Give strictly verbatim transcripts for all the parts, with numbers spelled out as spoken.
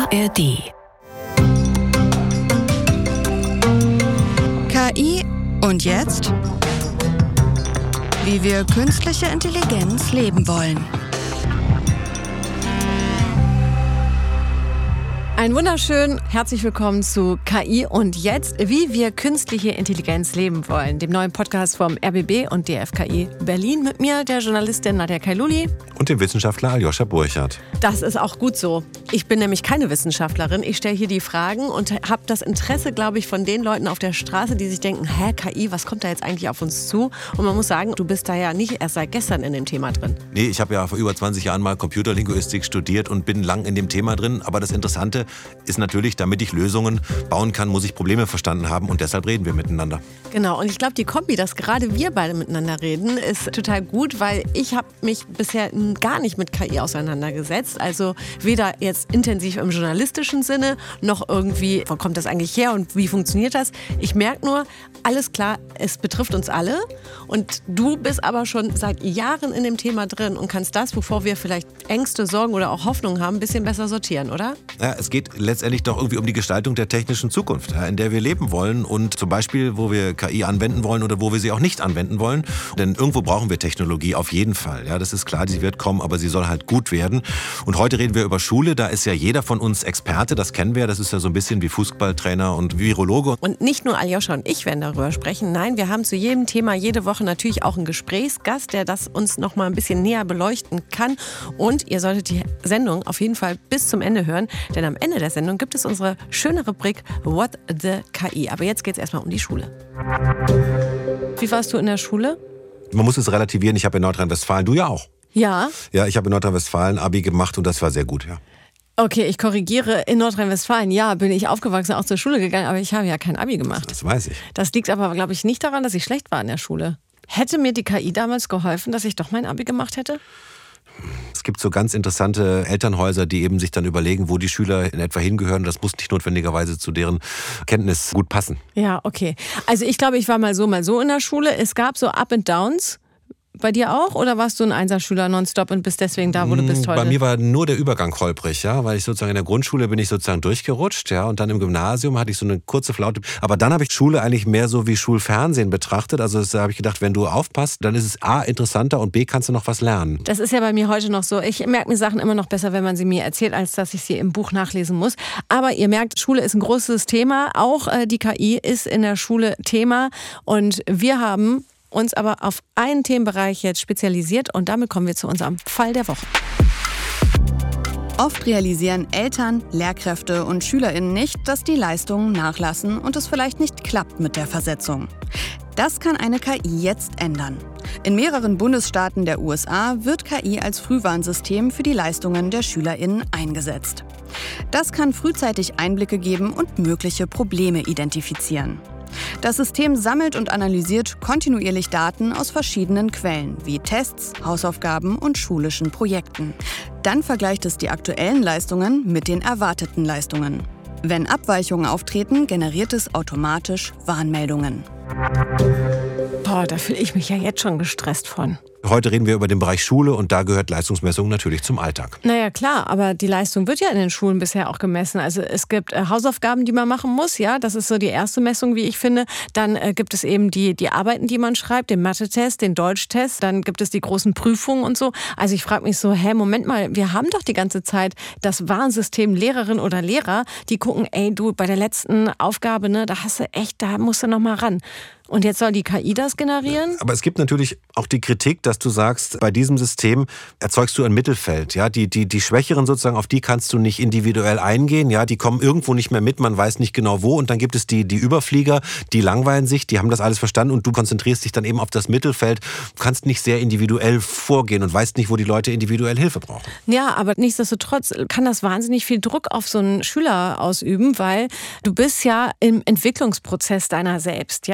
A R D. K I und jetzt? Wie wir künstliche Intelligenz leben wollen. Ein wunderschön herzlich willkommen zu K I und jetzt, wie wir künstliche Intelligenz leben wollen, dem neuen Podcast vom R B B und D F K I Berlin. Mit mir, der Journalistin Nadja Kailuli. Und dem Wissenschaftler Aljoscha Burchardt. Das ist auch gut so. Ich bin nämlich keine Wissenschaftlerin. Ich stelle hier die Fragen und habe das Interesse, glaube ich, von den Leuten auf der Straße, die sich denken, hä, K I, was kommt da jetzt eigentlich auf uns zu? Und man muss sagen, du bist da ja nicht erst seit gestern in dem Thema drin. Nee, ich habe ja vor über zwanzig Jahren mal Computerlinguistik studiert und bin lang in dem Thema drin. Aber das Interessante ist natürlich, damit ich Lösungen bauen kann, muss ich Probleme verstanden haben und deshalb reden wir miteinander. Genau, und ich glaube, die Kombi, dass gerade wir beide miteinander reden, ist total gut, weil ich habe mich bisher gar nicht mit K I auseinandergesetzt. Also weder jetzt intensiv im journalistischen Sinne, noch irgendwie, wo kommt das eigentlich her und wie funktioniert das? Ich merke nur, alles klar, es betrifft uns alle und du bist aber schon seit Jahren in dem Thema drin und kannst das, wovor wir vielleicht Ängste, Sorgen oder auch Hoffnung haben, ein bisschen besser sortieren, oder? Ja, es geht letztendlich doch irgendwie um die Gestaltung der technischen Zukunft, ja, in der wir leben wollen und zum Beispiel, wo wir K I anwenden wollen oder wo wir sie auch nicht anwenden wollen. Denn irgendwo brauchen wir Technologie auf jeden Fall. Ja, das ist klar, sie wird kommen, aber sie soll halt gut werden. Und heute reden wir über Schule, da ist ja jeder von uns Experte, das kennen wir, das ist ja so ein bisschen wie Fußballtrainer und Virologe. Und nicht nur Aljoscha und ich werden darüber sprechen, nein, wir haben zu jedem Thema jede Woche natürlich auch einen Gesprächsgast, der das uns noch mal ein bisschen näher beleuchten kann. Und ihr solltet die Sendung auf jeden Fall bis zum Ende hören, denn am Ende der Sendung gibt es unsere schöne Rubrik What the K I. Aber jetzt geht es erstmal um die Schule. Wie warst du in der Schule? Man muss es relativieren, ich habe in Nordrhein-Westfalen, du ja auch. Ja. Ja, ich habe in Nordrhein-Westfalen Abi gemacht und das war sehr gut, ja. Okay, ich korrigiere. In Nordrhein-Westfalen, ja, bin ich aufgewachsen, auch zur Schule gegangen, aber ich habe ja kein Abi gemacht. Das weiß ich. Das liegt aber, glaube ich, nicht daran, dass ich schlecht war in der Schule. Hätte mir die K I damals geholfen, dass ich doch mein Abi gemacht hätte? Es gibt so ganz interessante Elternhäuser, die eben sich dann überlegen, wo die Schüler in etwa hingehören. Das muss nicht notwendigerweise zu deren Kenntnis gut passen. Ja, okay. Also ich glaube, ich war mal so, mal so in der Schule. Es gab so Up and Downs. Bei dir auch? Oder warst du ein Einserschüler nonstop und bist deswegen da, wo du bist heute? Bei mir war nur der Übergang holprig, ja, weil ich sozusagen in der Grundschule bin ich sozusagen durchgerutscht, ja, und dann im Gymnasium hatte ich so eine kurze Flaute. Aber dann habe ich Schule eigentlich mehr so wie Schulfernsehen betrachtet. Also da habe ich gedacht, wenn du aufpasst, dann ist es A, interessanter und B, kannst du noch was lernen. Das ist ja bei mir heute noch so. Ich merke mir Sachen immer noch besser, wenn man sie mir erzählt, als dass ich sie im Buch nachlesen muss. Aber ihr merkt, Schule ist ein großes Thema. Auch äh, die K I ist in der Schule Thema. Und wir haben uns aber auf einen Themenbereich jetzt spezialisiert und damit kommen wir zu unserem Fall der Woche. Oft realisieren Eltern, Lehrkräfte und SchülerInnen nicht, dass die Leistungen nachlassen und es vielleicht nicht klappt mit der Versetzung. Das kann eine K I jetzt ändern. In mehreren Bundesstaaten der U S A wird K I als Frühwarnsystem für die Leistungen der SchülerInnen eingesetzt. Das kann frühzeitig Einblicke geben und mögliche Probleme identifizieren. Das System sammelt und analysiert kontinuierlich Daten aus verschiedenen Quellen, wie Tests, Hausaufgaben und schulischen Projekten. Dann vergleicht es die aktuellen Leistungen mit den erwarteten Leistungen. Wenn Abweichungen auftreten, generiert es automatisch Warnmeldungen. Boah, da fühle ich mich ja jetzt schon gestresst von. Heute reden wir über den Bereich Schule und da gehört Leistungsmessung natürlich zum Alltag. Naja, klar, aber die Leistung wird ja in den Schulen bisher auch gemessen. Also es gibt äh, Hausaufgaben, die man machen muss, ja, das ist so die erste Messung, wie ich finde. Dann äh, gibt es eben die, die Arbeiten, die man schreibt, den Mathe-Test, den Deutsch-Test, dann gibt es die großen Prüfungen und so. Also ich frage mich so, hä, Moment mal, wir haben doch die ganze Zeit das Warnsystem Lehrerin oder Lehrer, die gucken, ey, du, bei der letzten Aufgabe, ne, da hast du echt, da musst du noch mal ran. Und jetzt soll die K I das generieren? Aber es gibt natürlich auch die Kritik, dass du sagst, bei diesem System erzeugst du ein Mittelfeld. Ja, die, die, die Schwächeren sozusagen, auf die kannst du nicht individuell eingehen. Ja, die kommen irgendwo nicht mehr mit, man weiß nicht genau wo. Und dann gibt es die, die Überflieger, die langweilen sich, die haben das alles verstanden und du konzentrierst dich dann eben auf das Mittelfeld. Du kannst nicht sehr individuell vorgehen und weißt nicht, wo die Leute individuell Hilfe brauchen. Ja, aber nichtsdestotrotz kann das wahnsinnig viel Druck auf so einen Schüler ausüben, weil du bist ja im Entwicklungsprozess deiner selbst. Ja, das heißt,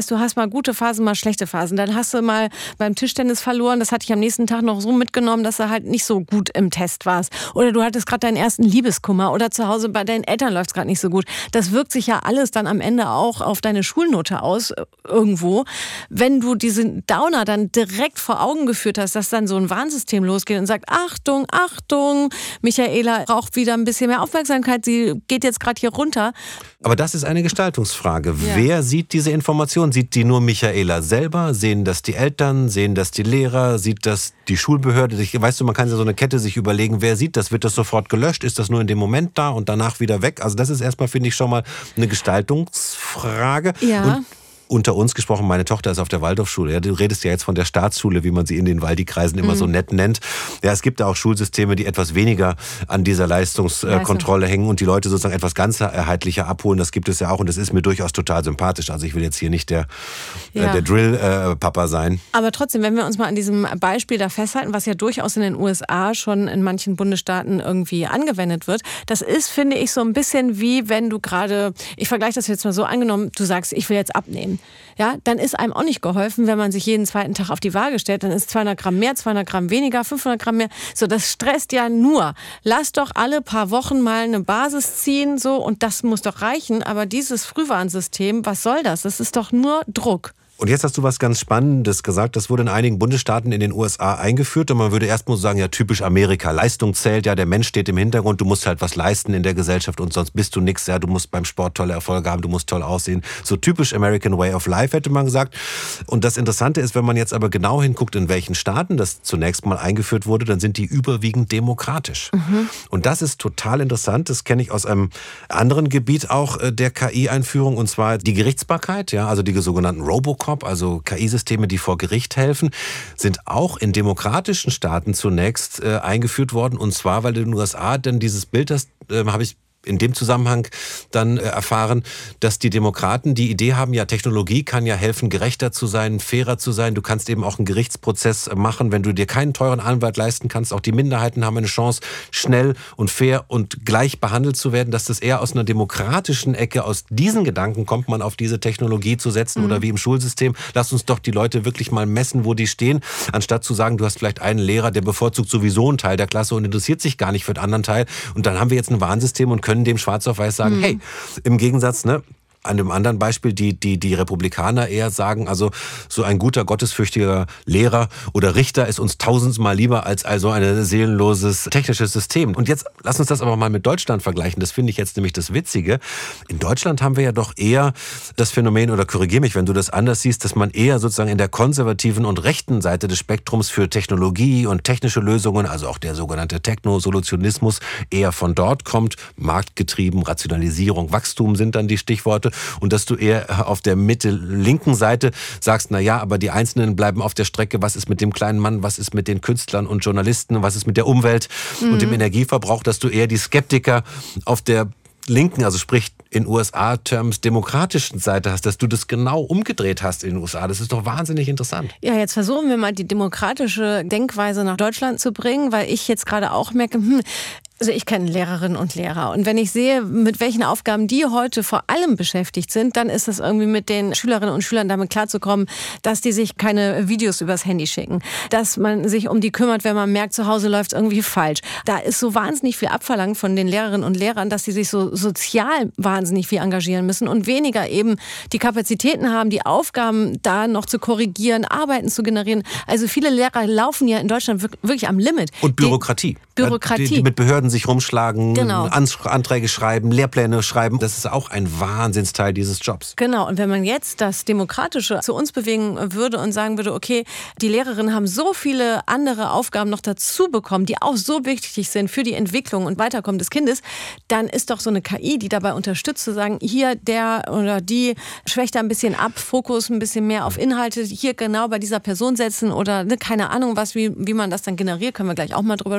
weißt, du hast mal gute Phasen, mal schlechte Phasen. Dann hast du mal beim Tischtennis verloren, das hatte ich am nächsten Tag noch so mitgenommen, dass du halt nicht so gut im Test warst. Oder du hattest gerade deinen ersten Liebeskummer oder zu Hause bei deinen Eltern läuft es gerade nicht so gut. Das wirkt sich ja alles dann am Ende auch auf deine Schulnote aus, irgendwo. Wenn du diesen Downer dann direkt vor Augen geführt hast, dass dann so ein Warnsystem losgeht und sagt, Achtung, Achtung, Michaela braucht wieder ein bisschen mehr Aufmerksamkeit, sie geht jetzt gerade hier runter. Aber das ist eine Gestaltungsfrage. Ja. Wer sieht diese Information? Sieht die nur Michaela selber? Sehen das die Eltern? Sehen das die Lehrer? Sieht das die Schulbehörde? Weißt du, man kann ja so eine Kette sich überlegen, wer sieht das? Wird das sofort gelöscht? Ist das nur in dem Moment da und danach wieder weg? Also das ist erstmal, finde ich, schon mal eine Gestaltungsfrage. Ja. Und unter uns gesprochen, meine Tochter ist auf der Waldorfschule. Ja, du redest ja jetzt von der Staatsschule, wie man sie in den Waldi-Kreisen immer mhm. so nett nennt. Ja, es gibt da auch Schulsysteme, die etwas weniger an dieser Leistungskontrolle hängen und die Leute sozusagen etwas ganzheitlicher abholen. Das gibt es ja auch und das ist mir durchaus total sympathisch. Also ich will jetzt hier nicht der, ja. äh, der Drill-Papa sein. Aber trotzdem, wenn wir uns mal an diesem Beispiel da festhalten, was ja durchaus in den U S A schon in manchen Bundesstaaten irgendwie angewendet wird, das ist, finde ich, so ein bisschen wie wenn du gerade, ich vergleiche das jetzt mal so, angenommen, du sagst, ich will jetzt abnehmen. Ja, dann ist einem auch nicht geholfen, wenn man sich jeden zweiten Tag auf die Waage stellt. Dann ist zweihundert Gramm mehr, zweihundert Gramm weniger, fünfhundert Gramm mehr. So, das stresst ja nur. Lass doch alle paar Wochen mal eine Basis ziehen, so, und das muss doch reichen. Aber dieses Frühwarnsystem, was soll das? Das ist doch nur Druck. Und jetzt hast du was ganz Spannendes gesagt. Das wurde in einigen Bundesstaaten in den U S A eingeführt. Und man würde erstmal sagen, ja, typisch Amerika. Leistung zählt, ja, der Mensch steht im Hintergrund. Du musst halt was leisten in der Gesellschaft und sonst bist du nix. Ja, du musst beim Sport tolle Erfolge haben, du musst toll aussehen. So typisch American Way of Life, hätte man gesagt. Und das Interessante ist, wenn man jetzt aber genau hinguckt, in welchen Staaten das zunächst mal eingeführt wurde, dann sind die überwiegend demokratisch. Mhm. Und das ist total interessant. Das kenne ich aus einem anderen Gebiet auch der K I-Einführung. Und zwar die Gerichtsbarkeit, ja, also die sogenannten Robocop. Also K I-Systeme, die vor Gericht helfen, sind auch in demokratischen Staaten zunächst äh, eingeführt worden. Und zwar, weil in den U S A dann dieses Bild, das äh, habe ich in dem Zusammenhang dann erfahren, dass die Demokraten die Idee haben, ja, Technologie kann ja helfen, gerechter zu sein, fairer zu sein. Du kannst eben auch einen Gerichtsprozess machen, wenn du dir keinen teuren Anwalt leisten kannst. Auch die Minderheiten haben eine Chance, schnell und fair und gleich behandelt zu werden. Dass das eher aus einer demokratischen Ecke, aus diesen Gedanken kommt man auf diese Technologie zu setzen. Mhm. Oder wie im Schulsystem, lass uns doch die Leute wirklich mal messen, wo die stehen, anstatt zu sagen, du hast vielleicht einen Lehrer, der bevorzugt sowieso einen Teil der Klasse und interessiert sich gar nicht für den anderen Teil. Und dann haben wir jetzt ein Warnsystem und können dem schwarz auf weiß sagen, mhm. hey, im Gegensatz, ne, an dem anderen Beispiel, die, die, die Republikaner eher sagen, also so ein guter, gottesfürchtiger Lehrer oder Richter ist uns tausendmal lieber als also ein seelenloses technisches System. Und jetzt lass uns das aber mal mit Deutschland vergleichen. Das finde ich jetzt nämlich das Witzige. In Deutschland haben wir ja doch eher das Phänomen, oder korrigier mich, wenn du das anders siehst, dass man eher sozusagen in der konservativen und rechten Seite des Spektrums für Technologie und technische Lösungen, also auch der sogenannte Technosolutionismus, eher von dort kommt. Marktgetrieben, Rationalisierung, Wachstum sind dann die Stichworte. Und dass du eher auf der Mitte-linken Seite sagst, na ja, aber die Einzelnen bleiben auf der Strecke. Was ist mit dem kleinen Mann? Was ist mit den Künstlern und Journalisten? Was ist mit der Umwelt mhm. und dem Energieverbrauch? Dass du eher die Skeptiker auf der linken, also sprich in U S A-Terms demokratischen Seite hast, dass du das genau umgedreht hast in den U S A. Das ist doch wahnsinnig interessant. Ja, jetzt versuchen wir mal die demokratische Denkweise nach Deutschland zu bringen, weil ich jetzt gerade auch merke, hm, also ich kenne Lehrerinnen und Lehrer und wenn ich sehe, mit welchen Aufgaben die heute vor allem beschäftigt sind, dann ist es irgendwie mit den Schülerinnen und Schülern damit klarzukommen, dass die sich keine Videos übers Handy schicken, dass man sich um die kümmert, wenn man merkt, zu Hause läuft es irgendwie falsch. Da ist so wahnsinnig viel abverlangt von den Lehrerinnen und Lehrern, dass sie sich so sozial wahnsinnig viel engagieren müssen und weniger eben die Kapazitäten haben, die Aufgaben da noch zu korrigieren, Arbeiten zu generieren. Also viele Lehrer laufen ja in Deutschland wirklich am Limit. Und Bürokratie. Die, Bürokratie. Die, die mit Behörden sich rumschlagen, genau. Anträge schreiben, Lehrpläne schreiben. Das ist auch ein Wahnsinnsteil dieses Jobs. Genau, und wenn man jetzt das Demokratische zu uns bewegen würde und sagen würde, okay, die Lehrerinnen haben so viele andere Aufgaben noch dazu bekommen, die auch so wichtig sind für die Entwicklung und Weiterkommen des Kindes, dann ist doch so eine K I, die dabei unterstützt, zu sagen, hier der oder die schwächt da ein bisschen ab, Fokus ein bisschen mehr auf Inhalte, hier genau bei dieser Person setzen oder ne, keine Ahnung was, wie, wie man das dann generiert, können wir gleich auch mal drüber sprechen, wie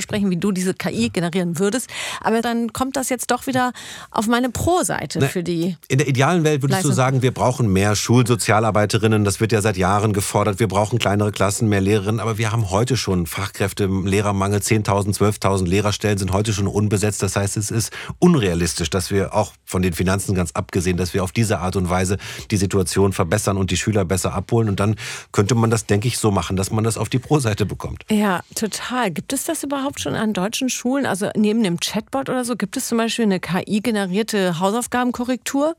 du diese K I generieren würdest. Aber dann kommt das jetzt doch wieder auf meine Pro-Seite Na, für die. In der idealen Welt würdest Leistung. du sagen, wir brauchen mehr Schulsozialarbeiterinnen. Das wird ja seit Jahren gefordert. Wir brauchen kleinere Klassen, mehr Lehrerinnen. Aber wir haben heute schon Fachkräfte, Lehrermangel. zehntausend, zwölftausend Lehrerstellen sind heute schon unbesetzt. Das heißt, es ist unrealistisch, dass wir auch von den Finanzen ganz abgesehen, dass wir auf diese Art und Weise die Situation verbessern und die Schüler besser abholen. Und dann könnte man das, denke ich, so machen, dass man das auf die Pro-Seite bekommt. Ja, total. Gibt es das überhaupt schon an deutschen Schulen? Also neben dem Chatbot oder so, gibt es zum Beispiel eine K I-generierte Hausaufgabenkorrektur?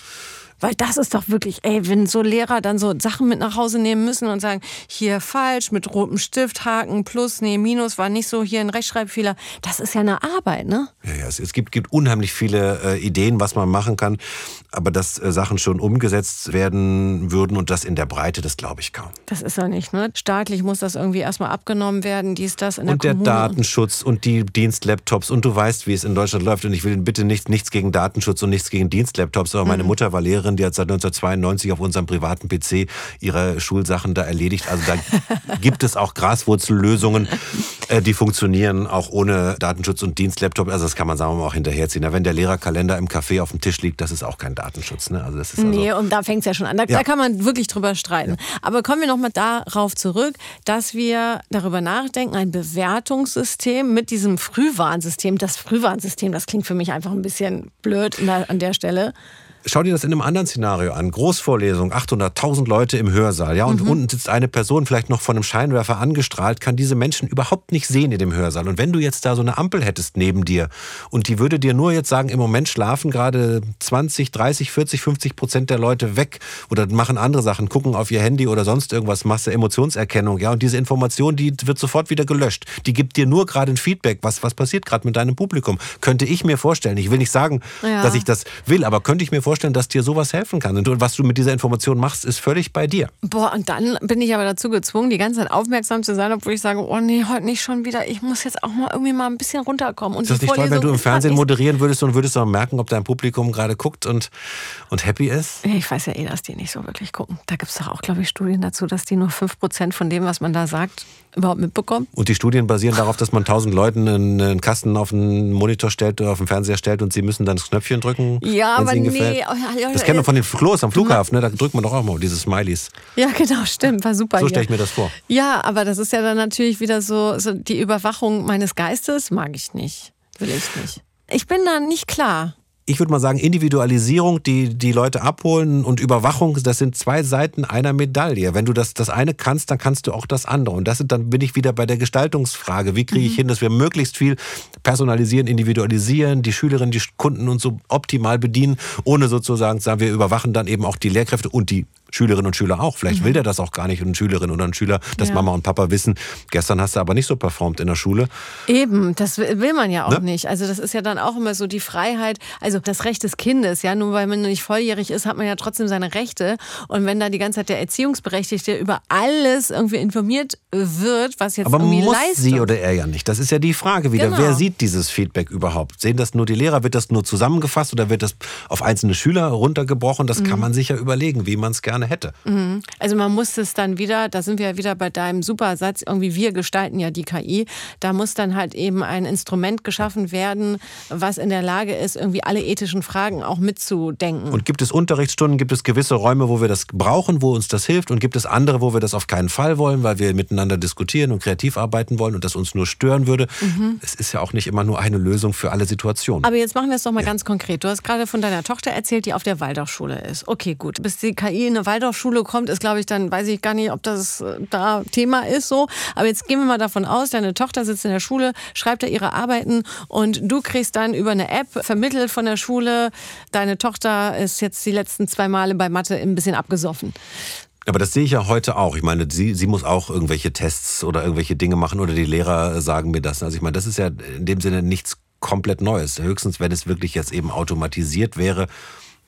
Weil das ist doch wirklich, ey, wenn so Lehrer dann so Sachen mit nach Hause nehmen müssen und sagen, hier falsch, mit rotem Stift, Haken, Plus, nee, Minus, war nicht so, hier ein Rechtschreibfehler. Das ist ja eine Arbeit, ne? Ja, ja, es, es gibt, gibt unheimlich viele äh, Ideen, was man machen kann. Aber dass äh, Sachen schon umgesetzt werden würden und das in der Breite, das glaube ich kaum. Das ist ja nicht, ne? Staatlich muss das irgendwie erstmal abgenommen werden, dies, das in der Und der Kommune. Datenschutz und die Dienstlaptops. Und du weißt, wie es in Deutschland läuft. Und ich will bitte nicht, nichts gegen Datenschutz und nichts gegen Dienstlaptops. Aber meine mhm. Mutter war Lehrerin, die hat seit neunzehnhundertzweiundneunzig auf unserem privaten P C ihre Schulsachen da erledigt. Also da gibt es auch Graswurzellösungen, die funktionieren auch ohne Datenschutz und Dienstlaptop. Also das kann man, sagen wir mal, auch hinterherziehen. Wenn der Lehrerkalender im Café auf dem Tisch liegt, das ist auch kein Datenschutz. Ne? Also das ist also nee, und da fängt es ja schon an. Da, ja. da kann man wirklich drüber streiten. Ja. Aber kommen wir noch mal darauf zurück, dass wir darüber nachdenken, ein Bewertungssystem mit diesem Frühwarnsystem. Das Frühwarnsystem, das klingt für mich einfach ein bisschen blöd an der Stelle. Schau dir das in einem anderen Szenario an. Großvorlesung, achthunderttausend Leute im Hörsaal. Ja, und mhm. unten sitzt eine Person, vielleicht noch von einem Scheinwerfer angestrahlt, kann diese Menschen überhaupt nicht sehen in dem Hörsaal. Und wenn du jetzt da so eine Ampel hättest neben dir und die würde dir nur jetzt sagen, im Moment schlafen gerade zwanzig, dreißig, vierzig, fünfzig Prozent der Leute weg oder machen andere Sachen, gucken auf ihr Handy oder sonst irgendwas, machst du Emotionserkennung. Ja, und diese Information, die wird sofort wieder gelöscht. Die gibt dir nur gerade ein Feedback. Was, was passiert gerade mit deinem Publikum? Könnte ich mir vorstellen. Ich will nicht sagen, ja. dass ich das will, aber könnte ich mir vorstellen, dass dir sowas helfen kann. Und was du mit dieser Information machst, ist völlig bei dir. Boah, und dann bin ich aber dazu gezwungen, die ganze Zeit aufmerksam zu sein, obwohl ich sage, oh nee, heute nicht schon wieder. Ich muss jetzt auch mal irgendwie mal ein bisschen runterkommen. Und ist das nicht toll, wenn du im Fernsehen moderieren würdest und würdest auch merken, ob dein Publikum gerade guckt und, und happy ist? Ich weiß ja eh, dass die nicht so wirklich gucken. Da gibt es doch auch, glaube ich, Studien dazu, dass die nur fünf Prozent von dem, was man da sagt, überhaupt mitbekommen. Und die Studien basieren darauf, dass man tausend Leuten einen Kasten auf den Monitor stellt oder auf den Fernseher stellt und sie müssen dann das Knöpfchen drücken, ja, wenn es ihnen nee. gefällt. Das kennt man von den Klos am Flughafen, ne? Da drückt man doch auch mal diese Smileys. Ja, genau, stimmt, war super. So stelle ich mir das vor. Ja, aber das ist ja dann natürlich wieder so, so die Überwachung meines Geistes mag ich nicht, will ich nicht. Ich bin da nicht klar. Ich würde mal sagen, Individualisierung, die die Leute abholen und Überwachung, das sind zwei Seiten einer Medaille. Wenn du das, das eine kannst, dann kannst du auch das andere. Und das, dann bin ich wieder bei der Gestaltungsfrage. Wie kriege ich mhm. hin, dass wir möglichst viel personalisieren, individualisieren, die Schülerinnen, die Kunden und so optimal bedienen, ohne sozusagen, sagen wir, überwachen dann eben auch die Lehrkräfte und die Schülerinnen und Schüler auch. Vielleicht mhm. will der das auch gar nicht, eine Schülerin oder ein Schüler, dass ja. Mama und Papa wissen, gestern hast du aber nicht so performt in der Schule. Eben, das will man ja auch ne? nicht. Also das ist ja dann auch immer so die Freiheit, also das Recht des Kindes, ja, nur weil man nicht volljährig ist, hat man ja trotzdem seine Rechte. Und wenn da die ganze Zeit der Erziehungsberechtigte über alles irgendwie informiert wird, was jetzt aber irgendwie muss Leistung... sie oder er ja nicht. Das ist ja die Frage wieder. Genau. Wer sieht dieses Feedback überhaupt? Sehen das nur die Lehrer? Wird das nur zusammengefasst oder wird das auf einzelne Schüler runtergebrochen? Das mhm. kann man sich ja überlegen, wie man es gerne hätte. Also man muss es dann wieder, da sind wir ja wieder bei deinem super Satz, irgendwie wir gestalten ja die K I, da muss dann halt eben ein Instrument geschaffen werden, was in der Lage ist, irgendwie alle ethischen Fragen auch mitzudenken. Und gibt es Unterrichtsstunden, gibt es gewisse Räume, wo wir das brauchen, wo uns das hilft und gibt es andere, wo wir das auf keinen Fall wollen, weil wir miteinander diskutieren und kreativ arbeiten wollen und das uns nur stören würde. Mhm. Es ist ja auch nicht immer nur eine Lösung für alle Situationen. Aber jetzt machen wir es doch mal ja. ganz konkret. Du hast gerade von deiner Tochter erzählt, die auf der Waldorfschule ist. Okay, gut. Bis die K I in eine Waldorfschule kommt, ist, glaube ich, dann weiß ich gar nicht, ob das da Thema ist so. Aber jetzt gehen wir mal davon aus, deine Tochter sitzt in der Schule, schreibt da ihre Arbeiten und du kriegst dann über eine App vermittelt von der Schule, deine Tochter ist jetzt die letzten zwei Male bei Mathe ein bisschen abgesoffen. Aber das sehe ich ja heute auch. Ich meine, sie, sie muss auch irgendwelche Tests oder irgendwelche Dinge machen oder die Lehrer sagen mir das. Also ich meine, das ist ja in dem Sinne nichts komplett Neues. Höchstens, wenn es wirklich jetzt eben automatisiert wäre,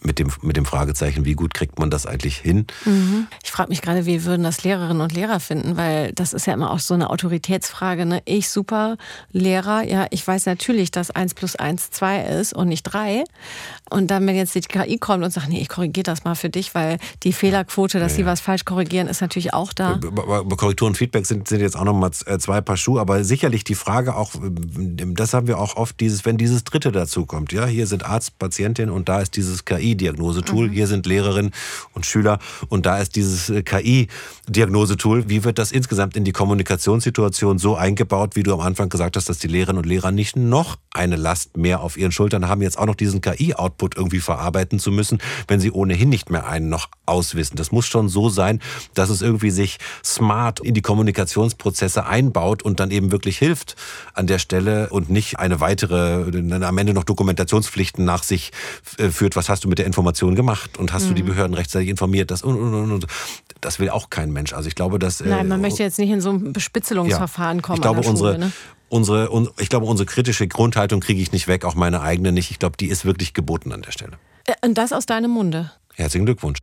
mit dem, mit dem Fragezeichen, wie gut kriegt man das eigentlich hin? Mhm. Ich frage mich gerade, wie würden das Lehrerinnen und Lehrer finden, weil das ist ja immer auch so eine Autoritätsfrage. Ne? Ich, super Lehrer, ja, ich weiß natürlich, dass eins plus eins zwei ist und nicht drei. Und dann, wenn jetzt die K I kommt und sagt, nee, ich korrigiere das mal für dich, weil die Fehlerquote, dass ja, sie ja. was falsch korrigieren, ist natürlich auch da. Korrektur und Feedback sind, sind jetzt auch nochmal zwei Paar Schuhe, aber sicherlich die Frage auch, das haben wir auch oft, dieses, wenn dieses Dritte dazu kommt. Ja, hier sind Arzt, Patientin und da ist dieses K I-Diagnosetool, mhm. hier sind Lehrerinnen und Schüler und da ist dieses K I-Diagnosetool. Wie wird das insgesamt in die Kommunikationssituation so eingebaut, wie du am Anfang gesagt hast, dass die Lehrerinnen und Lehrer nicht noch eine Last mehr auf ihren Schultern haben, jetzt auch noch diesen K I-Output irgendwie verarbeiten zu müssen, wenn sie ohnehin nicht mehr einen noch auswissen. Das muss schon so sein, dass es irgendwie sich smart in die Kommunikationsprozesse einbaut und dann eben wirklich hilft an der Stelle und nicht eine weitere, am Ende noch Dokumentationspflichten nach sich führt. Was hast du mit der Information gemacht und hast mhm. du die Behörden rechtzeitig informiert? Das, und, und, und, das will auch kein Mensch. Also ich glaube, dass... Nein, man äh, möchte jetzt nicht in so ein Bespitzelungsverfahren ja, kommen. Ich glaube, an der Schule, unsere... Ne? Unsere, ich glaube, unsere kritische Grundhaltung kriege ich nicht weg, auch meine eigene nicht. Ich glaube, die ist wirklich geboten an der Stelle. Und das aus deinem Munde? Herzlichen Glückwunsch.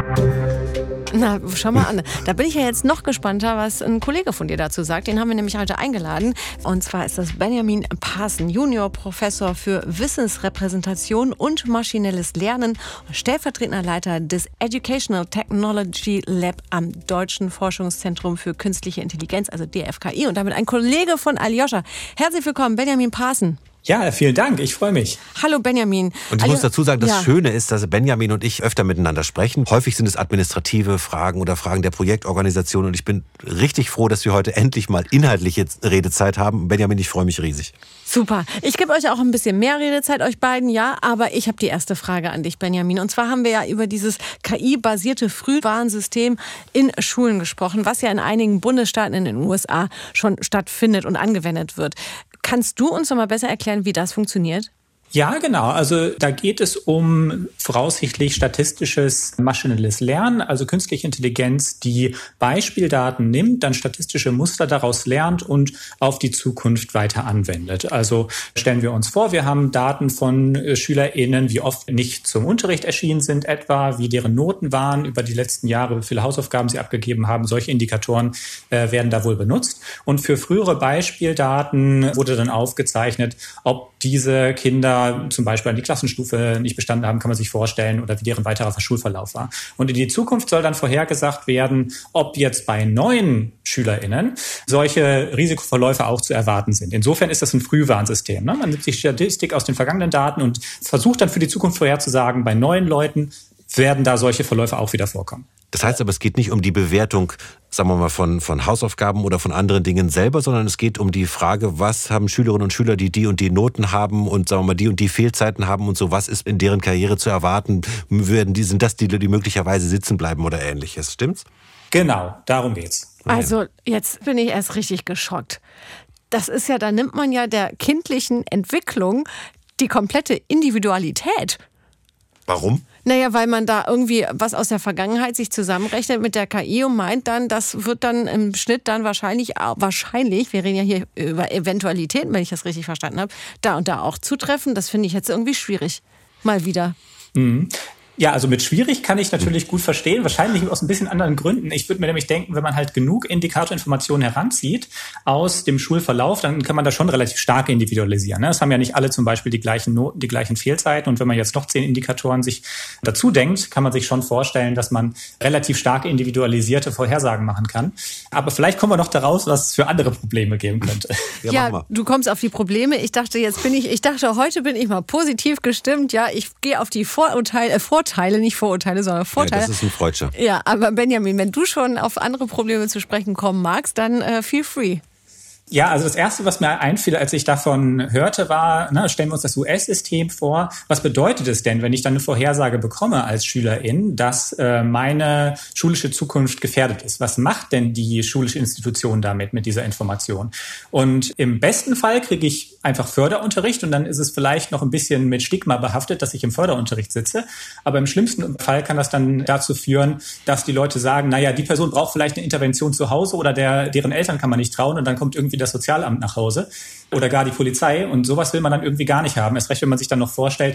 Na, schau mal an. Da bin ich ja jetzt noch gespannter, was ein Kollege von dir dazu sagt. Den haben wir nämlich heute eingeladen. Und zwar ist das Benjamin Parson, Juniorprofessor für Wissensrepräsentation und maschinelles Lernen, stellvertretender Leiter des Educational Technology Lab am Deutschen Forschungszentrum für Künstliche Intelligenz, also D F K I. Und damit ein Kollege von Aljoscha. Herzlich willkommen, Benjamin Parson. Ja, vielen Dank. Ich freue mich. Hallo Benjamin. Und ich also, muss dazu sagen, das ja. Schöne ist, dass Benjamin und ich öfter miteinander sprechen. Häufig sind es administrative Fragen oder Fragen der Projektorganisation. Und ich bin richtig froh, dass wir heute endlich mal inhaltliche Redezeit haben. Benjamin, ich freue mich riesig. Super. Ich gebe euch auch ein bisschen mehr Redezeit, euch beiden, ja. Aber ich habe die erste Frage an dich, Benjamin. Und zwar haben wir ja über dieses K I-basierte Frühwarnsystem in Schulen gesprochen, was ja in einigen Bundesstaaten in den U S A schon stattfindet und angewendet wird. Kannst du uns noch mal besser erklären, wie das funktioniert? Ja, genau. Also da geht es um voraussichtlich statistisches maschinelles Lernen, also künstliche Intelligenz, die Beispieldaten nimmt, dann statistische Muster daraus lernt und auf die Zukunft weiter anwendet. Also stellen wir uns vor, wir haben Daten von SchülerInnen, wie oft nicht zum Unterricht erschienen sind etwa, wie deren Noten waren über die letzten Jahre, wie viele Hausaufgaben sie abgegeben haben. Solche Indikatoren äh, werden da wohl benutzt. Und für frühere Beispieldaten wurde dann aufgezeichnet, ob diese Kinder zum Beispiel an die Klassenstufe nicht bestanden haben, kann man sich vorstellen, oder wie deren weiterer Schulverlauf war. Und in die Zukunft soll dann vorhergesagt werden, ob jetzt bei neuen SchülerInnen solche Risikoverläufe auch zu erwarten sind. Insofern ist das ein Frühwarnsystem. Ne? Man nimmt sich Statistik aus den vergangenen Daten und versucht dann für die Zukunft vorherzusagen, bei neuen Leuten werden da solche Verläufe auch wieder vorkommen. Das heißt aber, es geht nicht um die Bewertung, sagen wir mal, von, von Hausaufgaben oder von anderen Dingen selber, sondern es geht um die Frage, was haben Schülerinnen und Schüler, die die und die Noten haben und sagen wir mal, die und die Fehlzeiten haben und so, was ist in deren Karriere zu erwarten? Werden die, sind das die, die möglicherweise sitzen bleiben oder Ähnliches? Stimmt's? Genau, darum geht's. Also jetzt bin ich erst richtig geschockt. Das ist ja, da nimmt man ja der kindlichen Entwicklung die komplette Individualität. Warum? Naja, weil man da irgendwie was aus der Vergangenheit sich zusammenrechnet mit der K I und meint dann, das wird dann im Schnitt dann wahrscheinlich, wahrscheinlich, wir reden ja hier über Eventualitäten, wenn ich das richtig verstanden habe, da und da auch zutreffen. Das finde ich jetzt irgendwie schwierig. Mal wieder. Mhm. Ja, also mit schwierig kann ich natürlich gut verstehen, wahrscheinlich aus ein bisschen anderen Gründen. Ich würde mir nämlich denken, wenn man halt genug Indikatorinformationen heranzieht aus dem Schulverlauf, dann kann man das schon relativ stark individualisieren. Es haben ja nicht alle zum Beispiel die gleichen Noten, die gleichen Fehlzeiten. Und wenn man jetzt noch zehn Indikatoren sich dazu denkt, kann man sich schon vorstellen, dass man relativ stark individualisierte Vorhersagen machen kann. Aber vielleicht kommen wir noch daraus, was es für andere Probleme geben könnte. Ja, ja, du kommst auf die Probleme. Ich dachte, jetzt bin ich, ich dachte, heute bin ich mal positiv gestimmt. Ja, ich gehe auf die Vorurteile, äh, Vorteile Vorteile, nicht Vorurteile, sondern Vorteile. Ja, das ist ein Freudscher. Ja, aber Benjamin, wenn du schon auf andere Probleme zu sprechen kommen magst, dann äh, feel free. Ja, also das Erste, was mir einfiel, als ich davon hörte, war, ne, stellen wir uns das U S-System vor. Was bedeutet es denn, wenn ich dann eine Vorhersage bekomme als Schülerin, dass äh, meine schulische Zukunft gefährdet ist? Was macht denn die schulische Institution damit, mit dieser Information? Und im besten Fall kriege ich einfach Förderunterricht und dann ist es vielleicht noch ein bisschen mit Stigma behaftet, dass ich im Förderunterricht sitze. Aber im schlimmsten Fall kann das dann dazu führen, dass die Leute sagen, naja, die Person braucht vielleicht eine Intervention zu Hause oder der, deren Eltern kann man nicht trauen und dann kommt irgendwie das Sozialamt nach Hause oder gar die Polizei und sowas will man dann irgendwie gar nicht haben. Erst recht, wenn man sich dann noch vorstellt,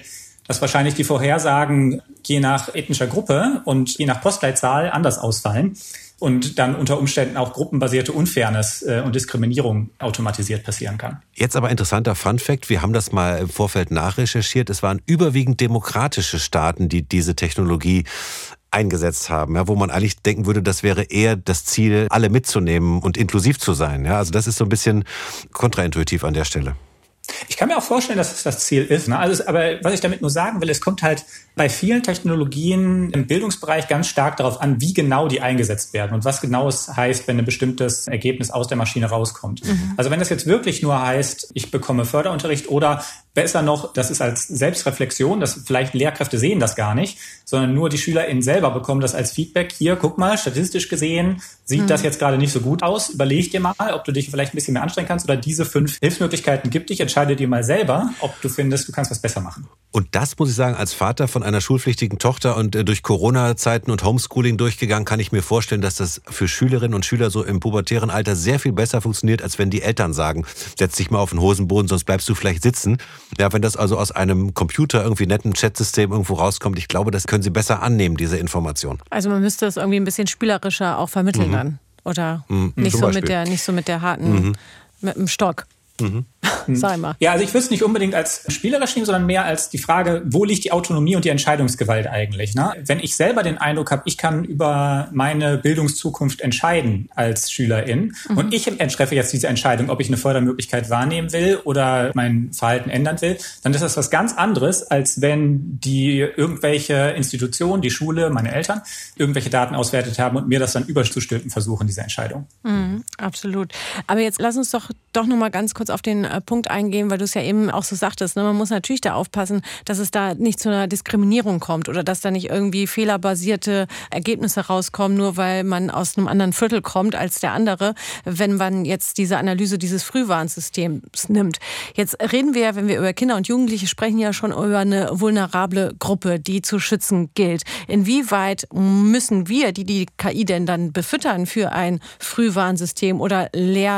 dass wahrscheinlich die Vorhersagen je nach ethnischer Gruppe und je nach Postleitzahl anders ausfallen und dann unter Umständen auch gruppenbasierte Unfairness und Diskriminierung automatisiert passieren kann. Jetzt aber interessanter Funfact, wir haben das mal im Vorfeld nachrecherchiert. Es waren überwiegend demokratische Staaten, die diese Technologie eingesetzt haben, ja, wo man eigentlich denken würde, das wäre eher das Ziel, alle mitzunehmen und inklusiv zu sein. Ja, also das ist so ein bisschen kontraintuitiv an der Stelle. Ich kann mir auch vorstellen, dass es das Ziel ist. Ne? Also, aber was ich damit nur sagen will, es kommt halt bei vielen Technologien im Bildungsbereich ganz stark darauf an, wie genau die eingesetzt werden und was genau es heißt, wenn ein bestimmtes Ergebnis aus der Maschine rauskommt. Mhm. Also wenn das jetzt wirklich nur heißt, ich bekomme Förderunterricht oder besser noch, das ist als Selbstreflexion, dass vielleicht Lehrkräfte sehen das gar nicht, sondern nur die SchülerInnen selber bekommen das als Feedback. Hier, guck mal, statistisch gesehen sieht mhm. das jetzt gerade nicht so gut aus. Überleg dir mal, ob du dich vielleicht ein bisschen mehr anstrengen kannst oder diese fünf Hilfsmöglichkeiten gibt dich. Entscheide dir mal selber, ob du findest, du kannst was besser machen. Und das muss ich sagen, als Vater von einer schulpflichtigen Tochter und durch Corona-Zeiten und Homeschooling durchgegangen, kann ich mir vorstellen, dass das für Schülerinnen und Schüler so im pubertären Alter sehr viel besser funktioniert, als wenn die Eltern sagen, setz dich mal auf den Hosenboden, sonst bleibst du vielleicht sitzen. Ja, wenn das also aus einem Computer, irgendwie netten Chatsystem irgendwo rauskommt, ich glaube, das können sie besser annehmen, diese Information. Also man müsste es irgendwie ein bisschen spielerischer auch vermitteln mhm. dann. Oder mhm. nicht, so mit der, nicht so mit der harten, mhm. mit dem Stock. Mhm. Sag mal. Ja, also ich würde es nicht unbedingt als spielerisch nehmen, sondern mehr als die Frage, wo liegt die Autonomie und die Entscheidungsgewalt eigentlich? Ne? Wenn ich selber den Eindruck habe, ich kann über meine Bildungszukunft entscheiden als Schülerin mhm. und ich treffe jetzt diese Entscheidung, ob ich eine Fördermöglichkeit wahrnehmen will oder mein Verhalten ändern will, dann ist das was ganz anderes, als wenn die irgendwelche Institutionen, die Schule, meine Eltern, irgendwelche Daten auswertet haben und mir das dann überzustülpen versuchen, diese Entscheidung. Mhm, absolut. Aber jetzt lass uns doch, doch noch mal ganz kurz auf den äh, Punkt eingehen, weil du es ja eben auch so sagtest, ne? Man muss natürlich da aufpassen, dass es da nicht zu einer Diskriminierung kommt oder dass da nicht irgendwie fehlerbasierte Ergebnisse rauskommen, nur weil man aus einem anderen Viertel kommt als der andere, wenn man jetzt diese Analyse dieses Frühwarnsystems nimmt. Jetzt reden wir ja, wenn wir über Kinder und Jugendliche sprechen, ja schon über eine vulnerable Gruppe, die zu schützen gilt. Inwieweit müssen wir, die die K I denn dann befüttern für ein Frühwarnsystem oder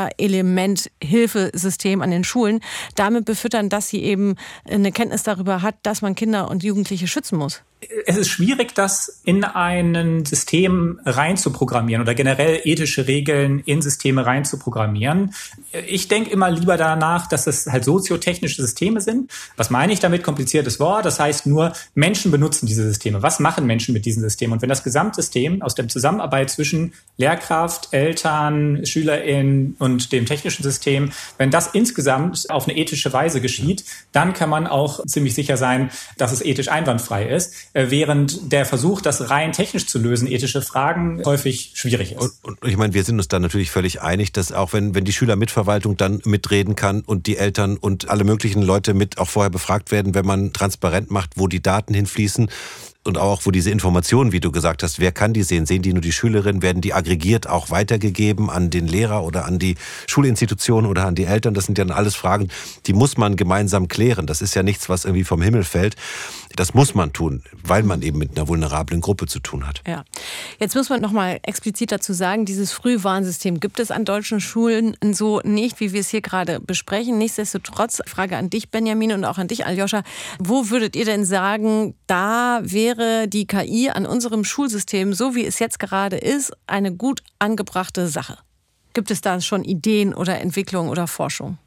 Lehrelement-Hilfesystem an den Schulen, damit befüttern, dass sie eben eine Kenntnis darüber hat, dass man Kinder und Jugendliche schützen muss? Es ist schwierig, das in ein System reinzuprogrammieren oder generell ethische Regeln in Systeme reinzuprogrammieren. Ich denke immer lieber danach, dass es halt soziotechnische Systeme sind. Was meine ich damit? Kompliziertes Wort. Das heißt nur, Menschen benutzen diese Systeme. Was machen Menschen mit diesen Systemen? Und wenn das Gesamtsystem aus der Zusammenarbeit zwischen Lehrkraft, Eltern, SchülerInnen und dem technischen System, wenn das insgesamt auf eine ethische Weise geschieht, dann kann man auch ziemlich sicher sein, dass es ethisch einwandfrei ist. Während der Versuch, das rein technisch zu lösen, ethische Fragen, häufig schwierig ist. Und, und ich meine, wir sind uns da natürlich völlig einig, dass auch wenn, wenn die Schülermitverwaltung dann mitreden kann und die Eltern und alle möglichen Leute mit auch vorher befragt werden, wenn man transparent macht, wo die Daten hinfließen, und auch, wo diese Informationen, wie du gesagt hast, wer kann die sehen? Sehen die nur die Schülerinnen? Werden die aggregiert auch weitergegeben an den Lehrer oder an die Schulinstitution oder an die Eltern? Das sind ja dann alles Fragen, die muss man gemeinsam klären. Das ist ja nichts, was irgendwie vom Himmel fällt. Das muss man tun, weil man eben mit einer vulnerablen Gruppe zu tun hat. Ja. Jetzt muss man noch mal explizit dazu sagen, dieses Frühwarnsystem gibt es an deutschen Schulen so nicht, wie wir es hier gerade besprechen. Nichtsdestotrotz, Frage an dich, Benjamin, und auch an dich, Aljoscha. Wo würdet ihr denn sagen, da wäre die K I an unserem Schulsystem, so wie es jetzt gerade ist, eine gut angebrachte Sache? Gibt es da schon Ideen oder Entwicklungen oder Forschung?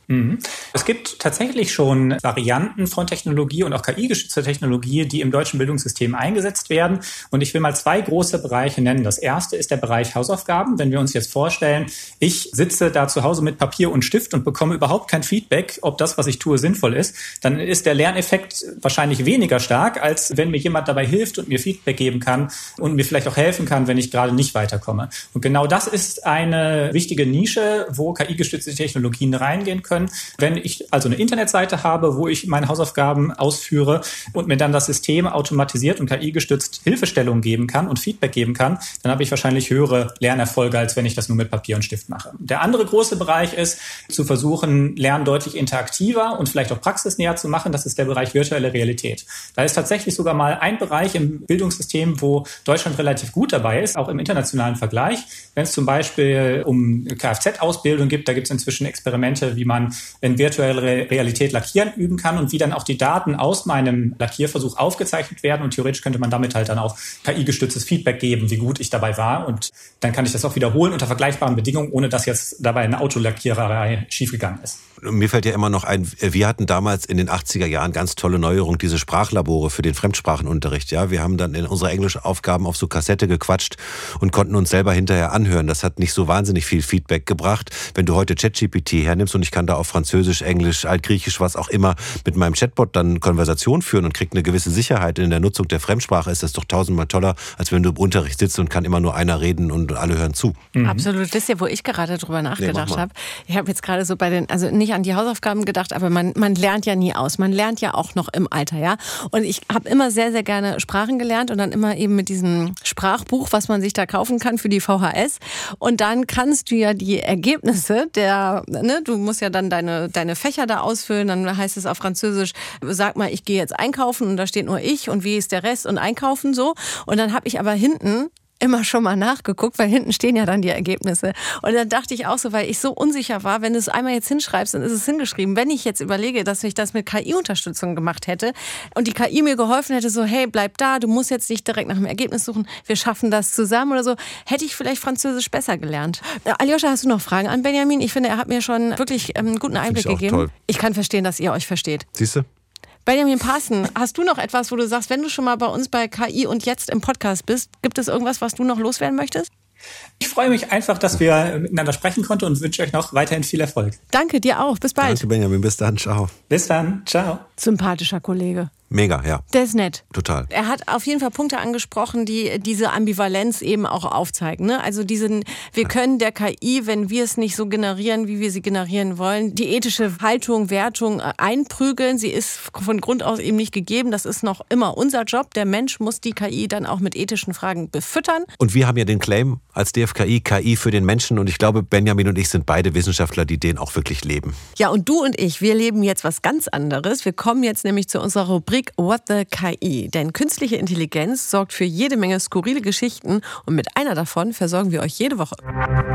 Es gibt tatsächlich schon Varianten von Technologie und auch K I-gestützter Technologie, die im deutschen Bildungssystem eingesetzt werden. Und ich will mal zwei große Bereiche nennen. Das erste ist der Bereich Hausaufgaben. Wenn wir uns jetzt vorstellen, ich sitze da zu Hause mit Papier und Stift und bekomme überhaupt kein Feedback, ob das, was ich tue, sinnvoll ist, dann ist der Lerneffekt wahrscheinlich weniger stark, als wenn mir jemand dabei hilft und mir Feedback geben kann und mir vielleicht auch helfen kann, wenn ich gerade nicht weiterkomme. Und genau das ist eine wichtige Nische, wo K I-gestützte Technologien reingehen können. Wenn ich also eine Internetseite habe, wo ich meine Hausaufgaben ausführe und mir dann das System automatisiert und K I-gestützt Hilfestellung geben kann und Feedback geben kann, dann habe ich wahrscheinlich höhere Lernerfolge, als wenn ich das nur mit Papier und Stift mache. Der andere große Bereich ist, zu versuchen, Lernen deutlich interaktiver und vielleicht auch praxisnäher zu machen. Das ist der Bereich virtuelle Realität. Da ist tatsächlich sogar mal ein Bereich im Bildungssystem, wo Deutschland relativ gut dabei ist, auch im internationalen Vergleich. Wenn es zum Beispiel um Kfz-Ausbildung gibt, da gibt es inzwischen Experimente, wie man man in virtueller Realität Lackieren üben kann und wie dann auch die Daten aus meinem Lackierversuch aufgezeichnet werden. Und theoretisch könnte man damit halt dann auch K I-gestütztes Feedback geben, wie gut ich dabei war. Und dann kann ich das auch wiederholen unter vergleichbaren Bedingungen, ohne dass jetzt dabei eine Autolackiererei schiefgegangen ist. Mir fällt ja immer noch ein, wir hatten damals in den achtziger Jahren ganz tolle Neuerung, diese Sprachlabore für den Fremdsprachenunterricht. Ja, wir haben dann in unsere Englischaufgaben auf so Kassette gequatscht und konnten uns selber hinterher anhören. Das hat nicht so wahnsinnig viel Feedback gebracht. Wenn du heute ChatGPT hernimmst und ich kann da auf Französisch, Englisch, Altgriechisch, was auch immer mit meinem Chatbot dann Konversation führen und krieg eine gewisse Sicherheit in der Nutzung der Fremdsprache, ist das doch tausendmal toller, als wenn du im Unterricht sitzt und kann immer nur einer reden und alle hören zu. Mhm. Absolut. Wisst ihr, wo ich gerade drüber nachgedacht nee, habe? Ich habe jetzt gerade so bei den, also nicht an die Hausaufgaben gedacht, aber man, man lernt ja nie aus. Man lernt ja auch noch im Alter, ja. Und ich habe immer sehr, sehr gerne Sprachen gelernt und dann immer eben mit diesem Sprachbuch, was man sich da kaufen kann für die V H S. Und dann kannst du ja die Ergebnisse der, ne, du musst ja dann deine, deine Fächer da ausfüllen, dann heißt es auf Französisch, sag mal, ich gehe jetzt einkaufen und da steht nur ich und wie ist der Rest und einkaufen so. Und dann habe ich aber hinten immer schon mal nachgeguckt, weil hinten stehen ja dann die Ergebnisse. Und dann dachte ich auch so, weil ich so unsicher war, wenn du es einmal jetzt hinschreibst, dann ist es hingeschrieben. Wenn ich jetzt überlege, dass ich das mit K I-Unterstützung gemacht hätte und die K I mir geholfen hätte, so hey, bleib da, du musst jetzt nicht direkt nach dem Ergebnis suchen, wir schaffen das zusammen oder so, hätte ich vielleicht Französisch besser gelernt. Aljoscha, hast du noch Fragen an Benjamin? Ich finde, er hat mir schon wirklich einen guten Einblick gegeben. Toll. Ich kann verstehen, dass ihr euch versteht. Siehst du? Benjamin Parson, hast du noch etwas, wo du sagst, wenn du schon mal bei uns bei K I und jetzt im Podcast bist, gibt es irgendwas, was du noch loswerden möchtest? Ich freue mich einfach, dass wir miteinander sprechen konnten und wünsche euch noch weiterhin viel Erfolg. Danke, dir auch. Bis bald. Danke, Benjamin. Bis dann. Ciao. Bis dann. Ciao. Sympathischer Kollege. Mega, ja. Der ist nett. Total. Er hat auf jeden Fall Punkte angesprochen, die diese Ambivalenz eben auch aufzeigen. Ne? Also diesen, wir können der K I, wenn wir es nicht so generieren, wie wir sie generieren wollen, die ethische Haltung, Wertung einprügeln. Sie ist von Grund aus eben nicht gegeben. Das ist noch immer unser Job. Der Mensch muss die K I dann auch mit ethischen Fragen befüttern. Und wir haben ja den Claim als D F K I, K I für den Menschen. Und ich glaube, Benjamin und ich sind beide Wissenschaftler, die den auch wirklich leben. Ja, und du und ich, wir leben jetzt was ganz anderes. Wir kommen jetzt nämlich zu unserer Rubrik What the K I? Denn künstliche Intelligenz sorgt für jede Menge skurrile Geschichten und mit einer davon versorgen wir euch jede Woche.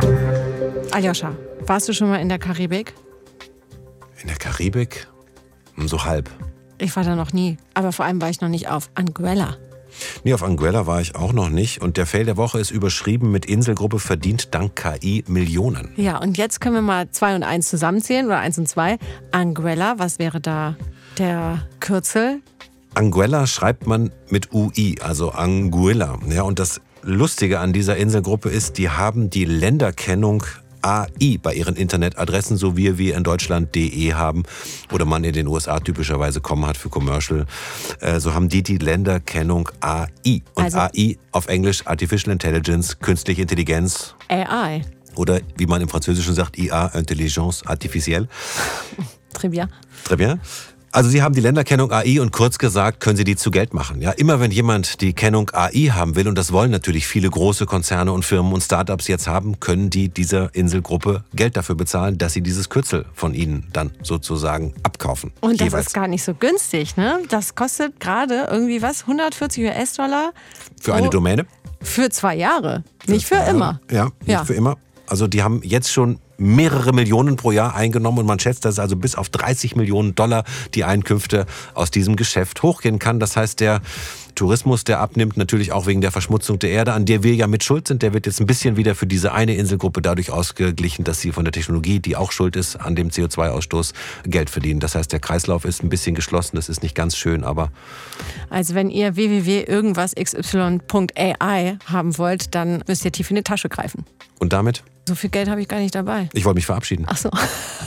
Aljoscha, warst du schon mal in der Karibik? In der Karibik? So halb. Ich war da noch nie, aber vor allem war ich noch nicht auf Anguilla. Nee, auf Anguilla war ich auch noch nicht. Und der Fail der Woche ist überschrieben mit Inselgruppe verdient dank K I Millionen. Ja, und jetzt können wir mal zwei und eins zusammenzählen oder eins und zwei. Anguilla, was wäre da der Kürzel? Anguilla schreibt man mit U I, also Anguilla. Ja, und das Lustige an dieser Inselgruppe ist, die haben die Länderkennung A I bei ihren Internetadressen, so wie wir in Deutschland D E haben oder man in den U S A typischerweise kommen hat für Commercial. Äh, so haben die die Länderkennung A I. Und also A I auf Englisch Artificial Intelligence, künstliche Intelligenz. A I. Oder wie man im Französischen sagt, I A, Intelligence Artificielle. Très bien. Très bien. Also Sie haben die Länderkennung A I und kurz gesagt, können Sie die zu Geld machen. Ja, immer wenn jemand die Kennung A I haben will, und das wollen natürlich viele große Konzerne und Firmen und Startups jetzt haben, können die dieser Inselgruppe Geld dafür bezahlen, dass sie dieses Kürzel von ihnen dann sozusagen abkaufen. Und das jeweils. Ist gar nicht so günstig, ne? Das kostet gerade irgendwie was, hundertvierzig US-Dollar? Für eine Domäne? Für zwei Jahre, für nicht für Jahre. Immer. Ja, nicht ja. für immer. Also die haben jetzt schon mehrere Millionen pro Jahr eingenommen und man schätzt, dass also bis auf dreißig Millionen Dollar die Einkünfte aus diesem Geschäft hochgehen kann. Das heißt, der Tourismus, der abnimmt, natürlich auch wegen der Verschmutzung der Erde, an der wir ja mit schuld sind, der wird jetzt ein bisschen wieder für diese eine Inselgruppe dadurch ausgeglichen, dass sie von der Technologie, die auch schuld ist an dem C O zwei Ausstoß, Geld verdienen. Das heißt, der Kreislauf ist ein bisschen geschlossen, das ist nicht ganz schön, aber... Also wenn ihr w w w irgendwas x y punkt a i haben wollt, dann müsst ihr tief in die Tasche greifen. Und damit? So viel Geld habe ich gar nicht dabei. Ich wollte mich verabschieden. Ach so.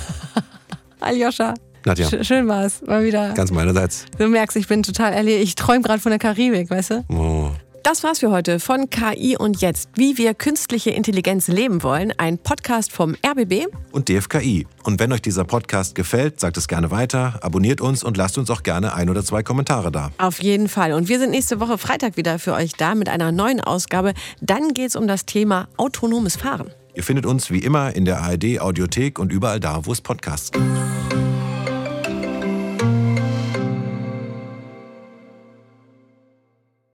Aljoscha. Nadja. Sch- schön war's. Mal wieder. Ganz meinerseits. Du merkst, ich bin total ehrlich. Ich träume gerade von der Karibik, weißt du? Oh. Das war's für heute von K I und Jetzt. Wie wir künstliche Intelligenz leben wollen. Ein Podcast vom R B B und D F K I. Und wenn euch dieser Podcast gefällt, sagt es gerne weiter, abonniert uns und lasst uns auch gerne ein oder zwei Kommentare da. Auf jeden Fall. Und wir sind nächste Woche Freitag wieder für euch da mit einer neuen Ausgabe. Dann geht's um das Thema autonomes Fahren. Ihr findet uns wie immer in der A R D Audiothek und überall da, wo es Podcasts gibt.